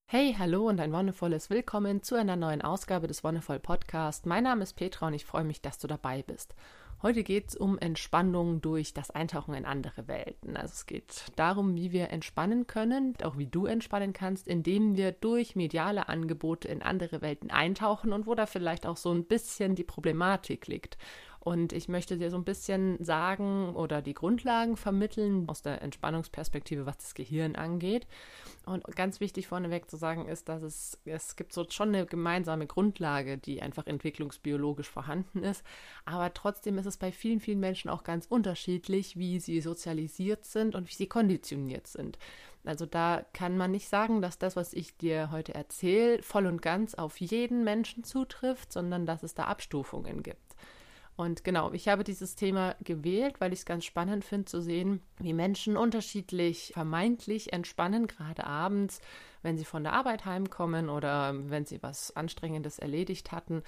Hey, hallo und ein wundervolles Willkommen zu einer neuen Ausgabe des Wonderful Podcast. Mein Name ist Petra und ich freue mich, dass du dabei bist. Heute geht es um Entspannung durch das Eintauchen in andere Welten. Also es geht darum, wie wir entspannen können, auch wie du entspannen kannst, indem wir durch mediale Angebote in andere Welten eintauchen und wo da vielleicht auch so ein bisschen die Problematik liegt. Und ich möchte dir so ein bisschen sagen oder die Grundlagen vermitteln aus der Entspannungsperspektive, was das Gehirn angeht. Und ganz wichtig vorneweg zu sagen ist, dass es gibt so schon eine gemeinsame Grundlage, die einfach entwicklungsbiologisch vorhanden ist. Aber trotzdem ist es bei vielen, vielen Menschen auch ganz unterschiedlich, wie sie sozialisiert sind und wie sie konditioniert sind. Also da kann man nicht sagen, dass das, was ich dir heute erzähle, voll und ganz auf jeden Menschen zutrifft, sondern dass es da Abstufungen gibt. Und genau, ich habe dieses Thema gewählt, weil ich es ganz spannend finde zu sehen, wie Menschen unterschiedlich vermeintlich entspannen, gerade abends, wenn sie von der Arbeit heimkommen oder wenn sie was Anstrengendes erledigt hatten.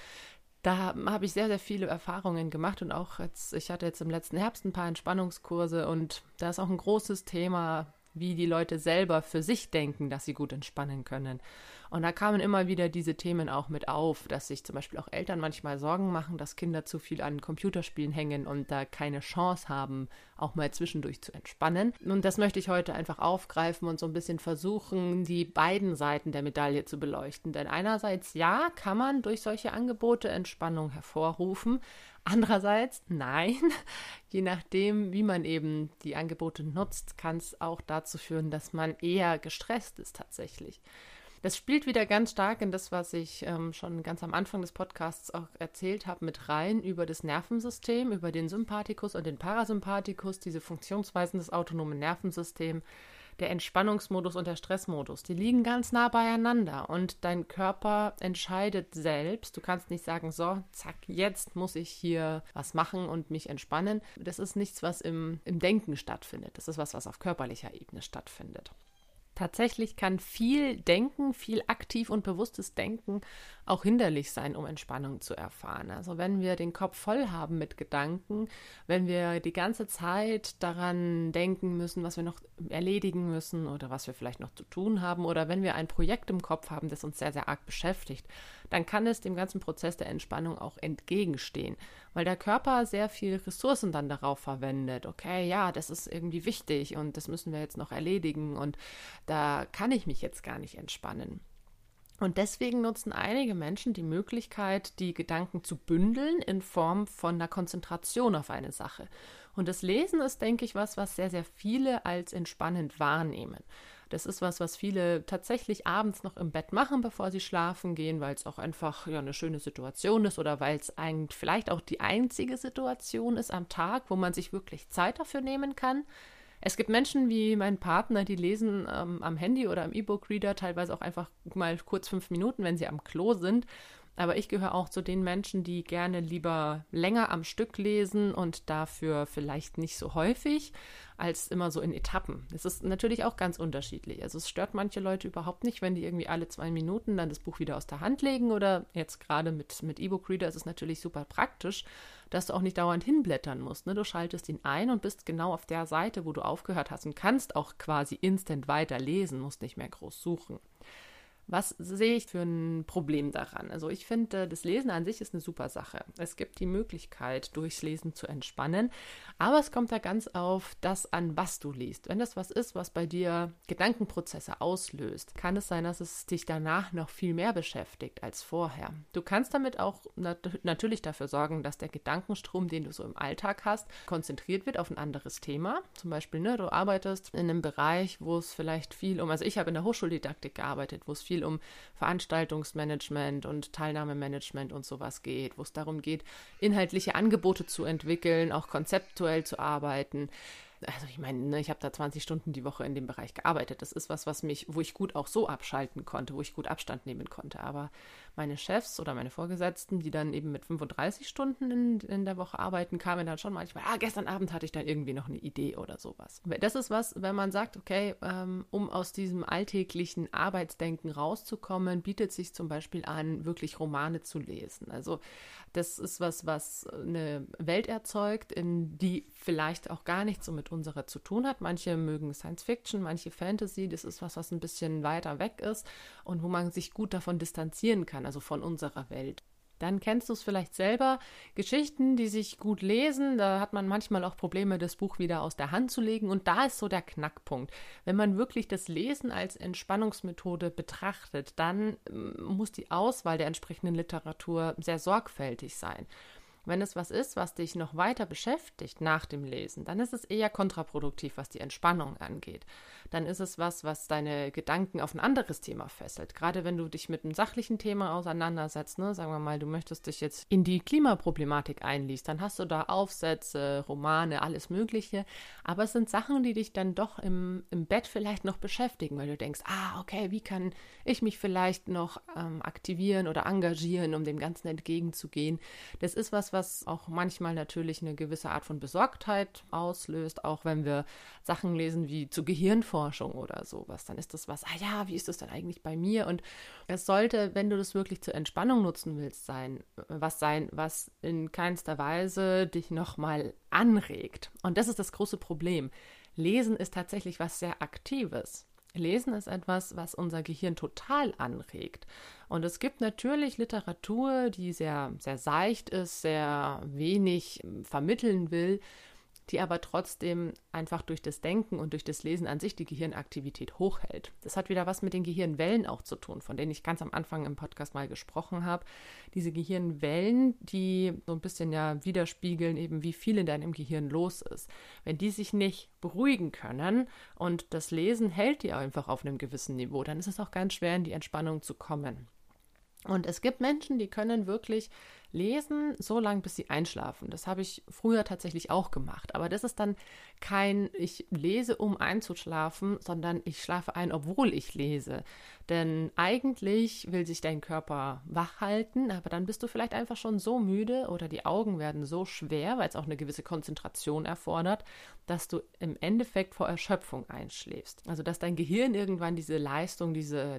Da habe ich sehr, sehr viele Erfahrungen gemacht und auch jetzt, ich hatte jetzt im letzten Herbst ein paar Entspannungskurse und da ist auch ein großes Thema, wie die Leute selber für sich denken, dass sie gut entspannen können. Und da kamen immer wieder diese Themen auch mit auf, dass sich zum Beispiel auch Eltern manchmal Sorgen machen, dass Kinder zu viel an Computerspielen hängen und da keine Chance haben, auch mal zwischendurch zu entspannen. Und das möchte ich heute einfach aufgreifen und so ein bisschen versuchen, die beiden Seiten der Medaille zu beleuchten. Denn einerseits, ja, kann man durch solche Angebote Entspannung hervorrufen. Andererseits, nein, je nachdem, wie man eben die Angebote nutzt, kann es auch dazu führen, dass man eher gestresst ist tatsächlich. Das spielt wieder ganz stark in das, was ich schon ganz am Anfang des Podcasts auch erzählt habe, mit rein über das Nervensystem, über den Sympathikus und den Parasympathikus, diese Funktionsweisen des autonomen Nervensystems, der Entspannungsmodus und der Stressmodus. Die liegen ganz nah beieinander und dein Körper entscheidet selbst. Du kannst nicht sagen, so, zack, jetzt muss ich hier was machen und mich entspannen. Das ist nichts, was im Denken stattfindet. Das ist was auf körperlicher Ebene stattfindet. Tatsächlich kann viel Denken, viel aktiv und bewusstes Denken auch hinderlich sein, um Entspannung zu erfahren. Also wenn wir den Kopf voll haben mit Gedanken, wenn wir die ganze Zeit daran denken müssen, was wir noch erledigen müssen oder was wir vielleicht noch zu tun haben oder wenn wir ein Projekt im Kopf haben, das uns sehr, sehr arg beschäftigt, dann kann es dem ganzen Prozess der Entspannung auch entgegenstehen, weil der Körper sehr viel Ressourcen dann darauf verwendet. Okay, ja, das ist irgendwie wichtig und das müssen wir jetzt noch erledigen und da kann ich mich jetzt gar nicht entspannen. Und deswegen nutzen einige Menschen die Möglichkeit, die Gedanken zu bündeln in Form von einer Konzentration auf eine Sache. Und das Lesen ist, denke ich, was sehr, sehr viele als entspannend wahrnehmen. Das ist was viele tatsächlich abends noch im Bett machen, bevor sie schlafen gehen, weil es auch einfach eine schöne Situation ist oder weil es eigentlich vielleicht auch die einzige Situation ist am Tag, wo man sich wirklich Zeit dafür nehmen kann. Es gibt Menschen wie mein Partner, die lesen am Handy oder am E-Book-Reader teilweise auch einfach mal kurz 5 Minuten, wenn sie am Klo sind. Aber ich gehöre auch zu den Menschen, die gerne lieber länger am Stück lesen und dafür vielleicht nicht so häufig als immer so in Etappen. Es ist natürlich auch ganz unterschiedlich. Also es stört manche Leute überhaupt nicht, wenn die irgendwie alle 2 Minuten dann das Buch wieder aus der Hand legen oder jetzt gerade mit E-Book-Reader ist es natürlich super praktisch, dass du auch nicht dauernd hinblättern musst. Ne? Du schaltest ihn ein und bist genau auf der Seite, wo du aufgehört hast und kannst auch quasi instant weiterlesen, musst nicht mehr groß suchen. Was sehe ich für ein Problem daran? Also ich finde, das Lesen an sich ist eine super Sache. Es gibt die Möglichkeit, durchs Lesen zu entspannen, aber es kommt da ganz auf das an, was du liest. Wenn das was ist, was bei dir Gedankenprozesse auslöst, kann es sein, dass es dich danach noch viel mehr beschäftigt als vorher. Du kannst damit auch natürlich dafür sorgen, dass der Gedankenstrom, den du so im Alltag hast, konzentriert wird auf ein anderes Thema. Zum Beispiel, du arbeitest in einem Bereich, wo es vielleicht viel also ich habe in der Hochschuldidaktik gearbeitet, wo es viel um Veranstaltungsmanagement und Teilnahmemanagement und sowas geht, wo es darum geht, inhaltliche Angebote zu entwickeln, auch konzeptuell zu arbeiten. Also ich meine, ich habe da 20 Stunden die Woche in dem Bereich gearbeitet. Das ist wo ich gut auch so abschalten konnte, wo ich gut Abstand nehmen konnte. Aber meine Chefs oder meine Vorgesetzten, die dann eben mit 35 Stunden in der Woche arbeiten, kamen dann schon manchmal, gestern Abend hatte ich dann irgendwie noch eine Idee oder sowas. Das ist wenn man sagt, okay, um aus diesem alltäglichen Arbeitsdenken rauszukommen, bietet sich zum Beispiel an, wirklich Romane zu lesen. Also das ist was eine Welt erzeugt, in die vielleicht auch gar nichts so mit unserer zu tun hat. Manche mögen Science Fiction, manche Fantasy. Das ist was ein bisschen weiter weg ist. und wo man sich gut davon distanzieren kann, also von unserer Welt. Dann kennst du es vielleicht selber, Geschichten, die sich gut lesen, da hat man manchmal auch Probleme, das Buch wieder aus der Hand zu legen und da ist so der Knackpunkt. Wenn man wirklich das Lesen als Entspannungsmethode betrachtet, dann muss die Auswahl der entsprechenden Literatur sehr sorgfältig sein. Wenn es was ist, was dich noch weiter beschäftigt nach dem Lesen, dann ist es eher kontraproduktiv, was die Entspannung angeht. Dann ist es was deine Gedanken auf ein anderes Thema fesselt. Gerade wenn du dich mit einem sachlichen Thema auseinandersetzt, ne, sagen wir mal, du möchtest dich jetzt in die Klimaproblematik einliest, dann hast du da Aufsätze, Romane, alles Mögliche. Aber es sind Sachen, die dich dann doch im Bett vielleicht noch beschäftigen, weil du denkst, okay, wie kann ich mich vielleicht noch aktivieren oder engagieren, um dem Ganzen entgegenzugehen. Das ist was auch manchmal natürlich eine gewisse Art von Besorgtheit auslöst, auch wenn wir Sachen lesen wie zu Gehirnforschung oder sowas, dann ist das was, wie ist das denn eigentlich bei mir? Und es sollte, wenn du das wirklich zur Entspannung nutzen willst, was in keinster Weise dich nochmal anregt. Und das ist das große Problem. Lesen ist tatsächlich was sehr Aktives. Lesen ist etwas, was unser Gehirn total anregt. Und es gibt natürlich Literatur, die sehr, sehr seicht ist, sehr wenig vermitteln will, die aber trotzdem einfach durch das Denken und durch das Lesen an sich die Gehirnaktivität hochhält. Das hat wieder was mit den Gehirnwellen auch zu tun, von denen ich ganz am Anfang im Podcast mal gesprochen habe. Diese Gehirnwellen, die so ein bisschen ja widerspiegeln, eben wie viel in deinem Gehirn los ist. Wenn die sich nicht beruhigen können und das Lesen hält die einfach auf einem gewissen Niveau, dann ist es auch ganz schwer, in die Entspannung zu kommen. Und es gibt Menschen, die können wirklich lesen, so lange, bis sie einschlafen. Das habe ich früher tatsächlich auch gemacht. Aber das ist dann kein, ich lese, um einzuschlafen, sondern ich schlafe ein, obwohl ich lese. Denn eigentlich will sich dein Körper wach halten, aber dann bist du vielleicht einfach schon so müde oder die Augen werden so schwer, weil es auch eine gewisse Konzentration erfordert, dass du im Endeffekt vor Erschöpfung einschläfst. Also dass dein Gehirn irgendwann diese Leistung,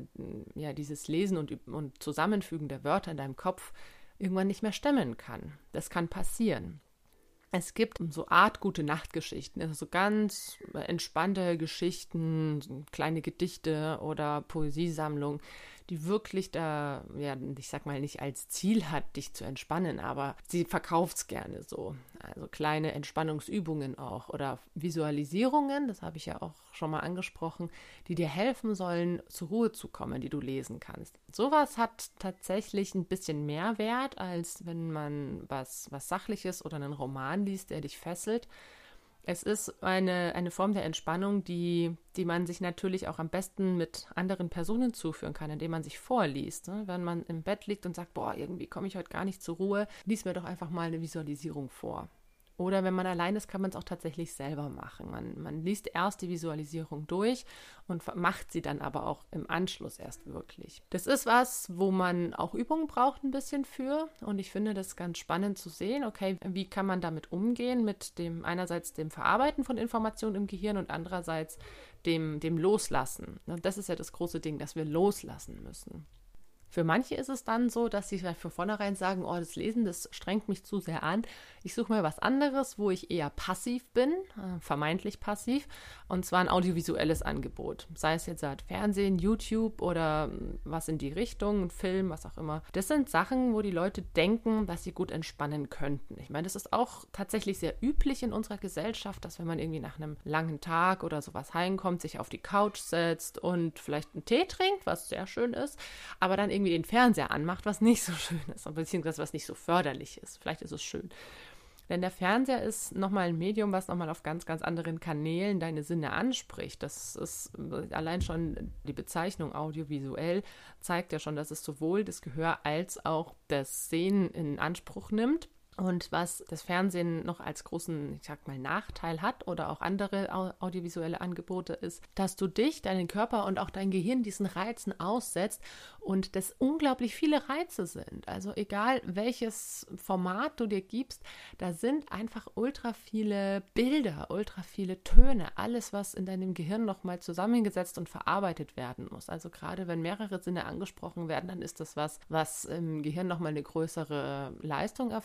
dieses Lesen und Zusammenfügen der Wörter in deinem Kopf irgendwann nicht mehr stemmen kann. Das kann passieren. Es gibt so Art gute Nachtgeschichten, also so ganz entspannte Geschichten, so kleine Gedichte oder Poesiesammlungen, die wirklich da, ich sag mal, nicht als Ziel hat, dich zu entspannen, aber sie verkauft es gerne so. Also kleine Entspannungsübungen auch oder Visualisierungen, das habe ich ja auch schon mal angesprochen, die dir helfen sollen, zur Ruhe zu kommen, die du lesen kannst. Sowas hat tatsächlich ein bisschen mehr Wert, als wenn man was Sachliches oder einen Roman liest, der dich fesselt. Es ist eine Form der Entspannung, die man sich natürlich auch am besten mit anderen Personen zuführen kann, indem man sich vorliest. Ne? Wenn man im Bett liegt und sagt, irgendwie komme ich heute gar nicht zur Ruhe, lies mir doch einfach mal eine Visualisierung vor. Oder wenn man allein ist, kann man es auch tatsächlich selber machen. Man liest erst die Visualisierung durch und macht sie dann aber auch im Anschluss erst wirklich. Das ist was, wo man auch Übungen braucht ein bisschen für. Und ich finde das ganz spannend zu sehen, okay, wie kann man damit umgehen, mit dem einerseits dem Verarbeiten von Informationen im Gehirn und andererseits dem Loslassen. Und das ist ja das große Ding, dass wir loslassen müssen. Für manche ist es dann so, dass sie von vornherein sagen, das Lesen, das strengt mich zu sehr an. Ich suche mal was anderes, wo ich eher passiv bin, vermeintlich passiv, und zwar ein audiovisuelles Angebot. Sei es jetzt halt Fernsehen, YouTube oder was in die Richtung, ein Film, was auch immer. Das sind Sachen, wo die Leute denken, dass sie gut entspannen könnten. Ich meine, das ist auch tatsächlich sehr üblich in unserer Gesellschaft, dass wenn man irgendwie nach einem langen Tag oder sowas heimkommt, sich auf die Couch setzt und vielleicht einen Tee trinkt, was sehr schön ist, aber dann irgendwie den Fernseher anmacht, was nicht so schön ist, beziehungsweise was nicht so förderlich ist. Vielleicht ist es schön. Denn der Fernseher ist nochmal ein Medium, was nochmal auf ganz, ganz anderen Kanälen deine Sinne anspricht. Das ist allein schon die Bezeichnung audiovisuell, zeigt ja schon, dass es sowohl das Gehör als auch das Sehen in Anspruch nimmt. Und was das Fernsehen noch als großen, ich sag mal, Nachteil hat oder auch andere audiovisuelle Angebote ist, dass du dich, deinen Körper und auch dein Gehirn diesen Reizen aussetzt und das unglaublich viele Reize sind. Also egal welches Format du dir gibst, da sind einfach ultra viele Bilder, ultra viele Töne, alles, was in deinem Gehirn nochmal zusammengesetzt und verarbeitet werden muss. Also gerade wenn mehrere Sinne angesprochen werden, dann ist das was im Gehirn nochmal eine größere Leistung erfordert.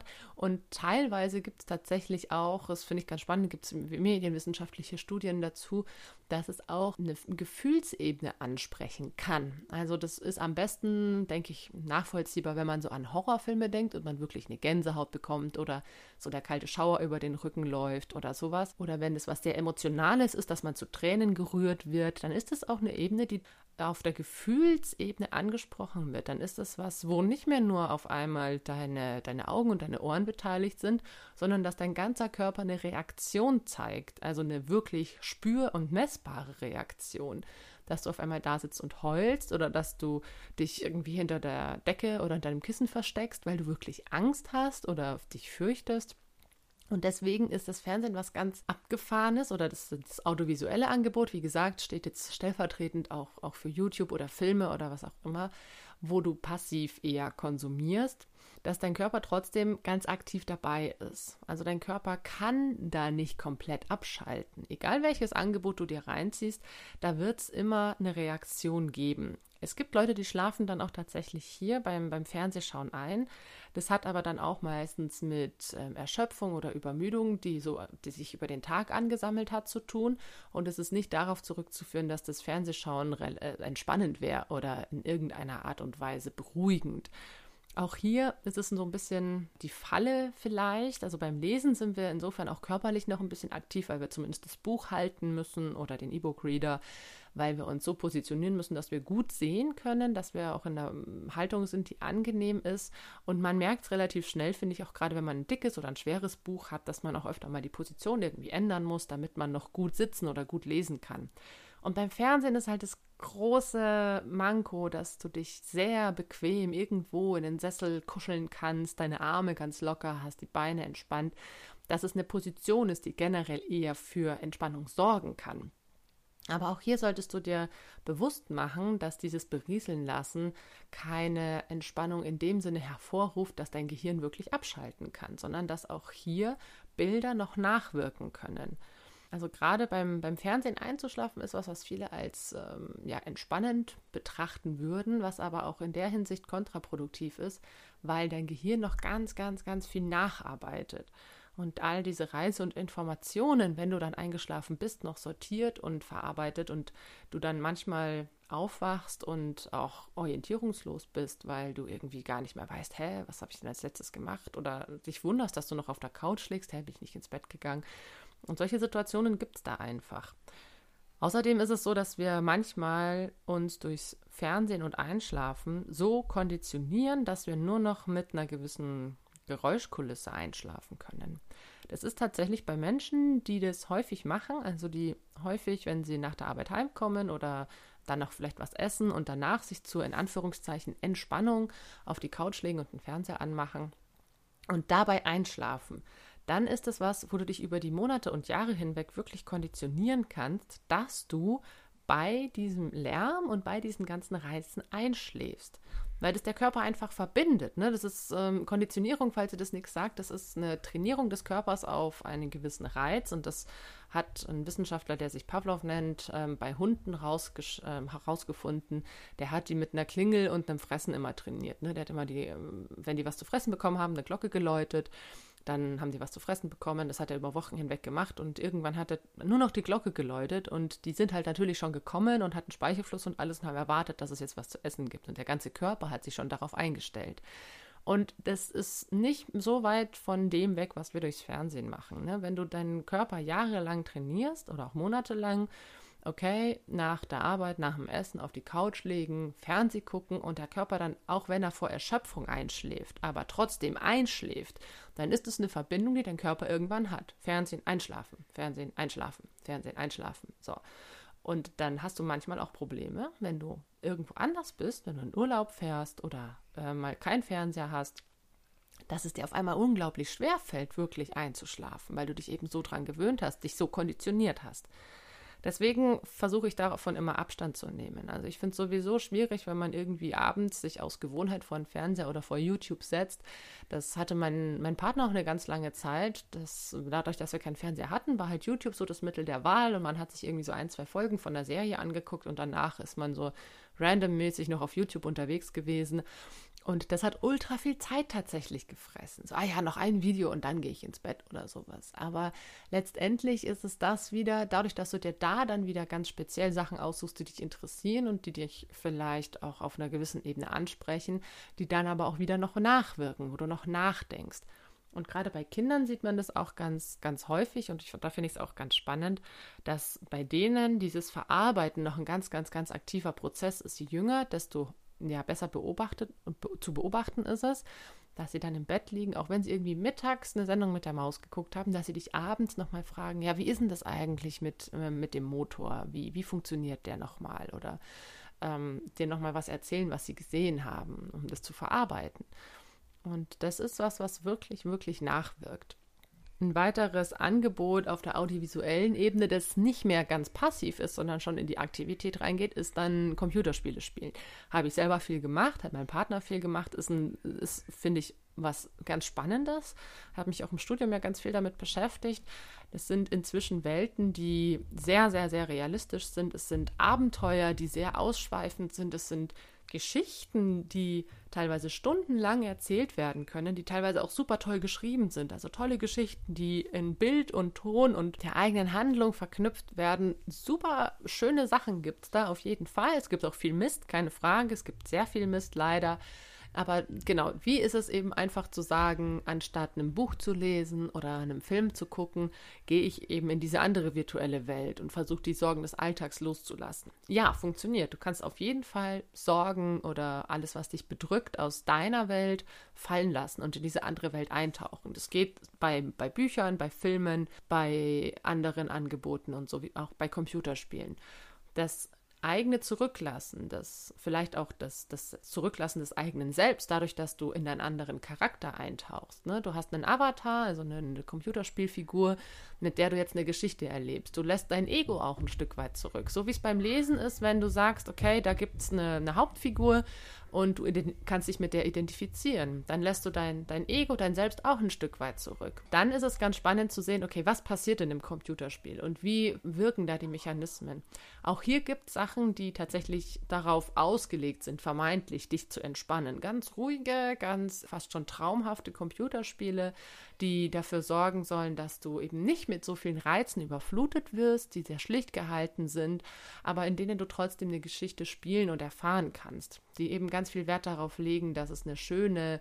hat. Und teilweise gibt es tatsächlich auch, das finde ich ganz spannend, gibt es medienwissenschaftliche Studien dazu, dass es auch eine Gefühlsebene ansprechen kann. Also das ist am besten, denke ich, nachvollziehbar, wenn man so an Horrorfilme denkt und man wirklich eine Gänsehaut bekommt oder so der kalte Schauer über den Rücken läuft oder sowas. Oder wenn es was sehr Emotionales ist, dass man zu Tränen gerührt wird, dann ist es auch eine Ebene, die auf der Gefühlsebene angesprochen wird. Dann ist das was, wo nicht mehr nur auf einmal deine Augen und deine Ohren beteiligt sind, sondern dass dein ganzer Körper eine Reaktion zeigt, also eine wirklich spür- und messbare Reaktion. Dass du auf einmal da sitzt und heulst oder dass du dich irgendwie hinter der Decke oder hinter deinem Kissen versteckst, weil du wirklich Angst hast oder dich fürchtest. Und deswegen ist das Fernsehen was ganz Abgefahrenes oder das audiovisuelle Angebot, wie gesagt, steht jetzt stellvertretend auch für YouTube oder Filme oder was auch immer, wo du passiv eher konsumierst, dass dein Körper trotzdem ganz aktiv dabei ist. Also dein Körper kann da nicht komplett abschalten. Egal welches Angebot du dir reinziehst, da wird es immer eine Reaktion geben. Es gibt Leute, die schlafen dann auch tatsächlich hier beim Fernsehschauen ein. Das hat aber dann auch meistens mit Erschöpfung oder Übermüdung, die sich über den Tag angesammelt hat, zu tun. Und es ist nicht darauf zurückzuführen, dass das Fernsehschauen entspannend wäre oder in irgendeiner Art und Weise beruhigend. Auch hier ist es so ein bisschen die Falle vielleicht. Also beim Lesen sind wir insofern auch körperlich noch ein bisschen aktiv, weil wir zumindest das Buch halten müssen oder den E-Book-Reader, weil wir uns so positionieren müssen, dass wir gut sehen können, dass wir auch in einer Haltung sind, die angenehm ist. Und man merkt es relativ schnell, finde ich, auch gerade wenn man ein dickes oder ein schweres Buch hat, dass man auch öfter mal die Position irgendwie ändern muss, damit man noch gut sitzen oder gut lesen kann. Und beim Fernsehen ist halt das große Manko, dass du dich sehr bequem irgendwo in den Sessel kuscheln kannst, deine Arme ganz locker hast, die Beine entspannt, dass es eine Position ist, die generell eher für Entspannung sorgen kann. Aber auch hier solltest du dir bewusst machen, dass dieses Berieseln lassen keine Entspannung in dem Sinne hervorruft, dass dein Gehirn wirklich abschalten kann, sondern dass auch hier Bilder noch nachwirken können. Also gerade beim Fernsehen einzuschlafen ist was viele als entspannend betrachten würden, was aber auch in der Hinsicht kontraproduktiv ist, weil dein Gehirn noch ganz, ganz, ganz viel nacharbeitet. Und all diese Reise und Informationen, wenn du dann eingeschlafen bist, noch sortiert und verarbeitet und du dann manchmal aufwachst und auch orientierungslos bist, weil du irgendwie gar nicht mehr weißt, was habe ich denn als letztes gemacht? Oder dich wunderst, dass du noch auf der Couch liegst, bin ich nicht ins Bett gegangen? Und solche Situationen gibt es da einfach. Außerdem ist es so, dass wir manchmal uns durchs Fernsehen und Einschlafen so konditionieren, dass wir nur noch mit einer gewissen Geräuschkulisse einschlafen können. Das ist tatsächlich bei Menschen, die das häufig machen, also die häufig, wenn sie nach der Arbeit heimkommen oder dann noch vielleicht was essen und danach sich zur, in Anführungszeichen, Entspannung auf die Couch legen und den Fernseher anmachen und dabei einschlafen. Dann ist es was, wo du dich über die Monate und Jahre hinweg wirklich konditionieren kannst, dass du bei diesem Lärm und bei diesen ganzen Reizen einschläfst. Weil das der Körper einfach verbindet. Ne? Das ist Konditionierung, falls ihr das nichts sagt. Das ist eine Trainierung des Körpers auf einen gewissen Reiz. Und das hat ein Wissenschaftler, der sich Pavlov nennt, bei Hunden herausgefunden. Der hat die mit einer Klingel und einem Fressen immer trainiert. Ne? Der hat immer wenn die was zu fressen bekommen haben, eine Glocke geläutet. Dann haben die was zu fressen bekommen, das hat er über Wochen hinweg gemacht und irgendwann hat er nur noch die Glocke geläutet und die sind halt natürlich schon gekommen und hatten Speichelfluss und alles und haben erwartet, dass es jetzt was zu essen gibt und der ganze Körper hat sich schon darauf eingestellt. Und das ist nicht so weit von dem weg, was wir durchs Fernsehen machen. Ne? Wenn du deinen Körper jahrelang trainierst oder auch monatelang, okay, nach der Arbeit, nach dem Essen auf die Couch legen, Fernseh gucken und der Körper dann, auch wenn er vor Erschöpfung einschläft, aber trotzdem einschläft, dann ist es eine Verbindung, die dein Körper irgendwann hat. Fernsehen, einschlafen, Fernsehen, einschlafen, Fernsehen, einschlafen. So. Und dann hast du manchmal auch Probleme, wenn du irgendwo anders bist, wenn du in Urlaub fährst oder mal keinen Fernseher hast, dass es dir auf einmal unglaublich schwer fällt, wirklich einzuschlafen, weil du dich eben so dran gewöhnt hast, dich so konditioniert hast. Deswegen versuche ich davon immer Abstand zu nehmen. Also ich finde es sowieso schwierig, wenn man irgendwie abends sich aus Gewohnheit vor den Fernseher oder vor YouTube setzt. Das hatte mein Partner auch eine ganz lange Zeit. Dadurch, dass wir keinen Fernseher hatten, war halt YouTube so das Mittel der Wahl und man hat sich irgendwie so 1-2 Folgen von der Serie angeguckt und danach ist man so randommäßig noch auf YouTube unterwegs gewesen. Und das hat ultra viel Zeit tatsächlich gefressen. So, noch ein Video und dann gehe ich ins Bett oder sowas. Aber letztendlich ist es das wieder, dadurch, dass du dir da dann wieder ganz speziell Sachen aussuchst, die dich interessieren und die dich vielleicht auch auf einer gewissen Ebene ansprechen, die dann aber auch wieder noch nachwirken, wo du noch nachdenkst. Und gerade bei Kindern sieht man das auch ganz, ganz häufig und da finde ich es auch ganz spannend, dass bei denen dieses Verarbeiten noch ein ganz, ganz, ganz aktiver Prozess ist. Je jünger, desto besser zu beobachten ist es, dass sie dann im Bett liegen, auch wenn sie irgendwie mittags eine Sendung mit der Maus geguckt haben, dass sie dich abends nochmal fragen, ja, wie ist denn das eigentlich mit dem Motor? Wie funktioniert der nochmal? Oder dir nochmal was erzählen, was sie gesehen haben, um das zu verarbeiten. Und das ist was wirklich, wirklich nachwirkt. Ein weiteres Angebot auf der audiovisuellen Ebene, das nicht mehr ganz passiv ist, sondern schon in die Aktivität reingeht, ist dann Computerspiele spielen. Habe ich selber viel gemacht, hat mein Partner viel gemacht, ist finde ich, was ganz Spannendes. Habe mich auch im Studium ja ganz viel damit beschäftigt. Das sind inzwischen Welten, die sehr, sehr, sehr realistisch sind. Es sind Abenteuer, die sehr ausschweifend sind. Es sind Geschichten, die teilweise stundenlang erzählt werden können, die teilweise auch super toll geschrieben sind. Also tolle Geschichten, die in Bild und Ton und der eigenen Handlung verknüpft werden. Super schöne Sachen gibt es da auf jeden Fall. Es gibt auch viel Mist, keine Frage. Es gibt sehr viel Mist leider. Aber genau, wie ist es eben einfach zu sagen, anstatt einem Buch zu lesen oder einem Film zu gucken, gehe ich eben in diese andere virtuelle Welt und versuche die Sorgen des Alltags loszulassen. Ja, funktioniert. Du kannst auf jeden Fall Sorgen oder alles, was dich bedrückt, aus deiner Welt fallen lassen und in diese andere Welt eintauchen. Das geht bei Büchern, bei Filmen, bei anderen Angeboten und so wie auch bei Computerspielen. Das eigene Zurücklassen, vielleicht auch das Zurücklassen des eigenen Selbst, dadurch, dass du in deinen anderen Charakter eintauchst. Ne? Du hast einen Avatar, also eine Computerspielfigur, mit der du jetzt eine Geschichte erlebst. Du lässt dein Ego auch ein Stück weit zurück. So wie es beim Lesen ist, wenn du sagst, okay, da gibt es eine Hauptfigur und du kannst dich mit der identifizieren. Dann lässt du dein Ego, dein Selbst auch ein Stück weit zurück. Dann ist es ganz spannend zu sehen, okay, was passiert in dem Computerspiel und wie wirken da die Mechanismen. Auch hier gibt es Sachen, die tatsächlich darauf ausgelegt sind, vermeintlich dich zu entspannen. Ganz ruhige, ganz fast schon traumhafte Computerspiele, die dafür sorgen sollen, dass du eben nicht mit so vielen Reizen überflutet wirst, die sehr schlicht gehalten sind, aber in denen du trotzdem eine Geschichte spielen und erfahren kannst, die eben ganz viel Wert darauf legen, dass es ein schönes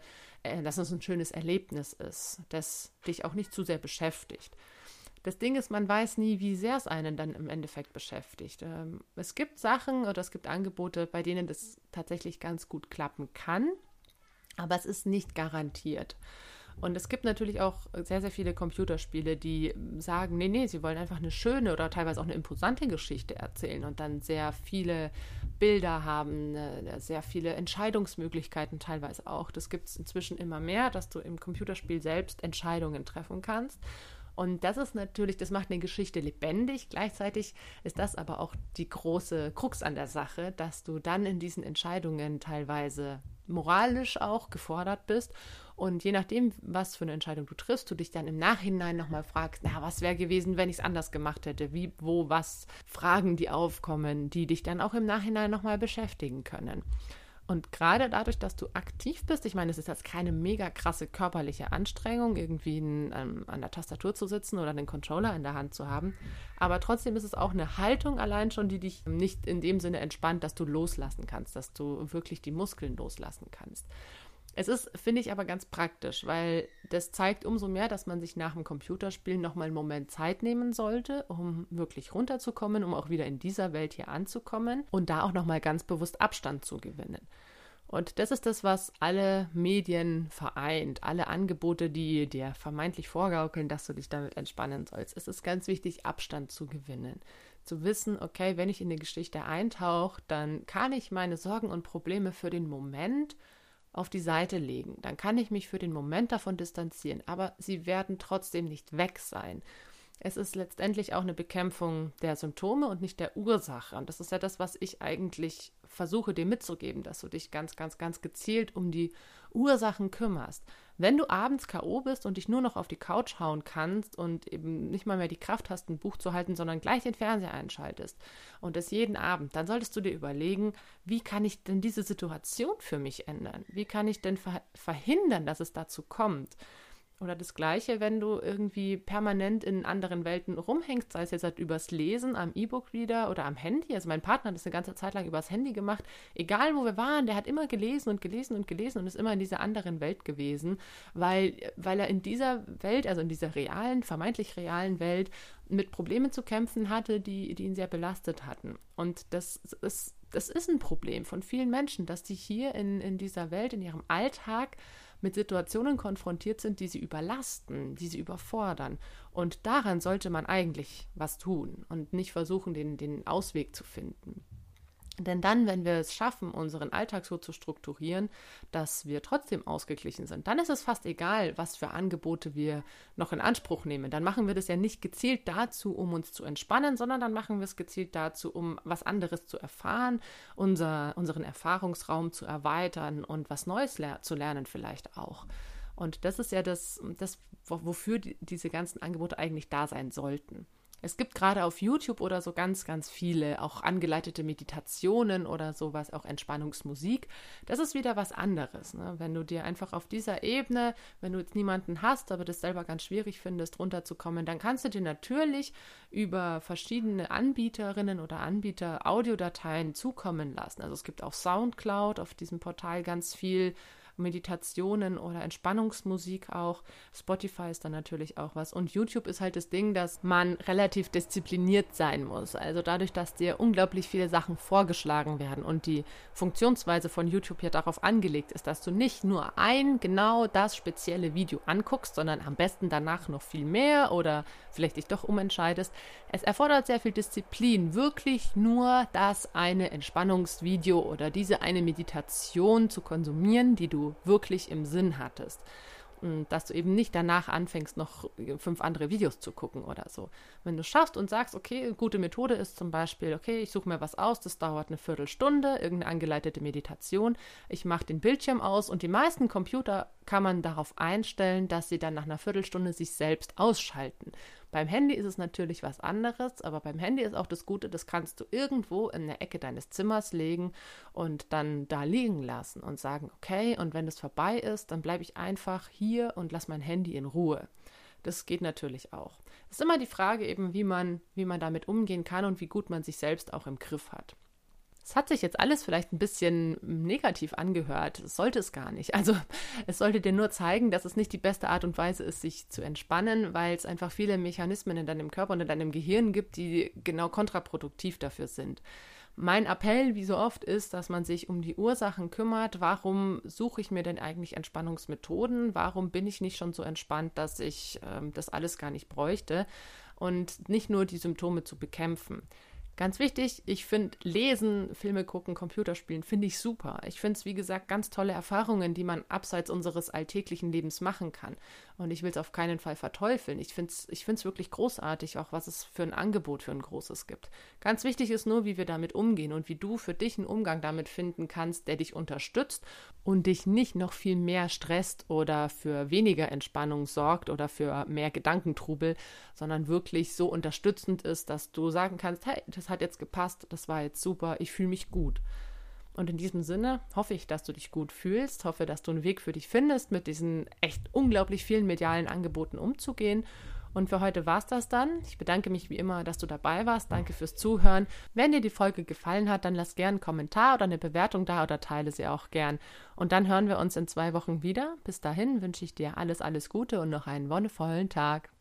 Erlebnis ist, das dich auch nicht zu sehr beschäftigt. Das Ding ist, man weiß nie, wie sehr es einen dann im Endeffekt beschäftigt. Es gibt Sachen oder es gibt Angebote, bei denen das tatsächlich ganz gut klappen kann, aber es ist nicht garantiert. Und es gibt natürlich auch sehr, sehr viele Computerspiele, die sagen, nee, sie wollen einfach eine schöne oder teilweise auch eine imposante Geschichte erzählen und dann sehr viele Bilder haben, sehr viele Entscheidungsmöglichkeiten teilweise auch. Das gibt es inzwischen immer mehr, dass du im Computerspiel selbst Entscheidungen treffen kannst. Und das ist natürlich, das macht eine Geschichte lebendig. Gleichzeitig ist das aber auch die große Krux an der Sache, dass du dann in diesen Entscheidungen teilweise moralisch auch gefordert bist. Und je nachdem, was für eine Entscheidung du triffst, du dich dann im Nachhinein nochmal fragst, was wäre gewesen, wenn ich es anders gemacht hätte? Wie, wo, was? Fragen, die aufkommen, die dich dann auch im Nachhinein nochmal beschäftigen können. Und gerade dadurch, dass du aktiv bist, ich meine, es ist jetzt keine mega krasse körperliche Anstrengung, irgendwie an der Tastatur zu sitzen oder einen Controller in der Hand zu haben, aber trotzdem ist es auch eine Haltung allein schon, die dich nicht in dem Sinne entspannt, dass du loslassen kannst, dass du wirklich die Muskeln loslassen kannst. Es ist, finde ich, aber ganz praktisch, weil das zeigt umso mehr, dass man sich nach dem Computerspielen nochmal einen Moment Zeit nehmen sollte, um wirklich runterzukommen, um auch wieder in dieser Welt hier anzukommen und da auch nochmal ganz bewusst Abstand zu gewinnen. Und das ist das, was alle Medien vereint, alle Angebote, die dir vermeintlich vorgaukeln, dass du dich damit entspannen sollst. Es ist ganz wichtig, Abstand zu gewinnen. Zu wissen, okay, wenn ich in eine Geschichte eintauche, dann kann ich meine Sorgen und Probleme für den Moment auf die Seite legen. Dann kann ich mich für den Moment davon distanzieren, aber sie werden trotzdem nicht weg sein. Es ist letztendlich auch eine Bekämpfung der Symptome und nicht der Ursache. Und das ist ja das, was ich eigentlich versuche, dir mitzugeben, dass du dich ganz, ganz, ganz gezielt um die Ursachen kümmerst. Wenn du abends K.O. bist und dich nur noch auf die Couch hauen kannst und eben nicht mal mehr die Kraft hast, ein Buch zu halten, sondern gleich den Fernseher einschaltest und das jeden Abend, dann solltest du dir überlegen, wie kann ich denn diese Situation für mich ändern? Wie kann ich denn verhindern, dass es dazu kommt? Oder das Gleiche, wenn du irgendwie permanent in anderen Welten rumhängst, sei es jetzt halt übers Lesen, am E-Book-Reader oder am Handy. Also mein Partner hat das eine ganze Zeit lang übers Handy gemacht. Egal, wo wir waren, der hat immer gelesen und gelesen und gelesen und ist immer in dieser anderen Welt gewesen, weil er in dieser Welt, also in dieser realen, vermeintlich realen Welt, mit Problemen zu kämpfen hatte, die ihn sehr belastet hatten. Und das ist ein Problem von vielen Menschen, dass die hier in dieser Welt, in ihrem Alltag mit Situationen konfrontiert sind, die sie überlasten, die sie überfordern. Und daran sollte man eigentlich was tun und nicht versuchen, den Ausweg zu finden. Denn dann, wenn wir es schaffen, unseren Alltag so zu strukturieren, dass wir trotzdem ausgeglichen sind, dann ist es fast egal, was für Angebote wir noch in Anspruch nehmen. Dann machen wir das ja nicht gezielt dazu, um uns zu entspannen, sondern dann machen wir es gezielt dazu, um was anderes zu erfahren, unseren Erfahrungsraum zu erweitern und was Neues zu lernen vielleicht auch. Und das ist ja das wofür diese ganzen Angebote eigentlich da sein sollten. Es gibt gerade auf YouTube oder so ganz, ganz viele auch angeleitete Meditationen oder sowas, auch Entspannungsmusik. Das ist wieder was anderes, ne? Wenn du dir einfach auf dieser Ebene, wenn du jetzt niemanden hast, aber das selber ganz schwierig findest, runterzukommen, dann kannst du dir natürlich über verschiedene Anbieterinnen oder Anbieter Audiodateien zukommen lassen. Also es gibt auf SoundCloud, auf diesem Portal ganz viel Meditationen oder Entspannungsmusik auch. Spotify ist dann natürlich auch was. Und YouTube ist halt das Ding, dass man relativ diszipliniert sein muss. Also dadurch, dass dir unglaublich viele Sachen vorgeschlagen werden und die Funktionsweise von YouTube ja darauf angelegt ist, dass du nicht nur genau das spezielle Video anguckst, sondern am besten danach noch viel mehr oder vielleicht dich doch umentscheidest. Es erfordert sehr viel Disziplin, wirklich nur das eine Entspannungsvideo oder diese eine Meditation zu konsumieren, die du wirklich im Sinn hattest. Und dass du eben nicht danach anfängst, noch 5 andere Videos zu gucken oder so. Wenn du schaffst und sagst, okay, gute Methode ist zum Beispiel, okay, ich suche mir was aus, das dauert eine Viertelstunde, irgendeine angeleitete Meditation, ich mache den Bildschirm aus und die meisten Computer kann man darauf einstellen, dass sie dann nach einer Viertelstunde sich selbst ausschalten. Beim Handy ist es natürlich was anderes, aber beim Handy ist auch das Gute, das kannst du irgendwo in der Ecke deines Zimmers legen und dann da liegen lassen und sagen, okay, und wenn das vorbei ist, dann bleibe ich einfach hier und lasse mein Handy in Ruhe. Das geht natürlich auch. Es ist immer die Frage eben, wie man damit umgehen kann und wie gut man sich selbst auch im Griff hat. Es hat sich jetzt alles vielleicht ein bisschen negativ angehört. Das sollte es gar nicht. Also es sollte dir nur zeigen, dass es nicht die beste Art und Weise ist, sich zu entspannen, weil es einfach viele Mechanismen in deinem Körper und in deinem Gehirn gibt, die genau kontraproduktiv dafür sind. Mein Appell, wie so oft, ist, dass man sich um die Ursachen kümmert. Warum suche ich mir denn eigentlich Entspannungsmethoden? Warum bin ich nicht schon so entspannt, dass ich das alles gar nicht bräuchte? Und nicht nur die Symptome zu bekämpfen. Ganz wichtig, ich finde Lesen, Filme gucken, Computerspielen, finde ich super. Ich finde es, wie gesagt, ganz tolle Erfahrungen, die man abseits unseres alltäglichen Lebens machen kann. Und ich will es auf keinen Fall verteufeln. Ich finde es wirklich großartig, auch was es für ein Angebot für ein großes gibt. Ganz wichtig ist nur, wie wir damit umgehen und wie du für dich einen Umgang damit finden kannst, der dich unterstützt und dich nicht noch viel mehr stresst oder für weniger Entspannung sorgt oder für mehr Gedankentrubel, sondern wirklich so unterstützend ist, dass du sagen kannst, hey, das hat jetzt gepasst, das war jetzt super, ich fühle mich gut. Und in diesem Sinne hoffe ich, dass du dich gut fühlst, hoffe, dass du einen Weg für dich findest, mit diesen echt unglaublich vielen medialen Angeboten umzugehen. Und für heute war es das dann. Ich bedanke mich wie immer, dass du dabei warst. Danke fürs Zuhören. Wenn dir die Folge gefallen hat, dann lass gern einen Kommentar oder eine Bewertung da oder teile sie auch gern. Und dann hören wir uns in 2 Wochen wieder. Bis dahin wünsche ich dir alles, alles Gute und noch einen wonnevollen Tag.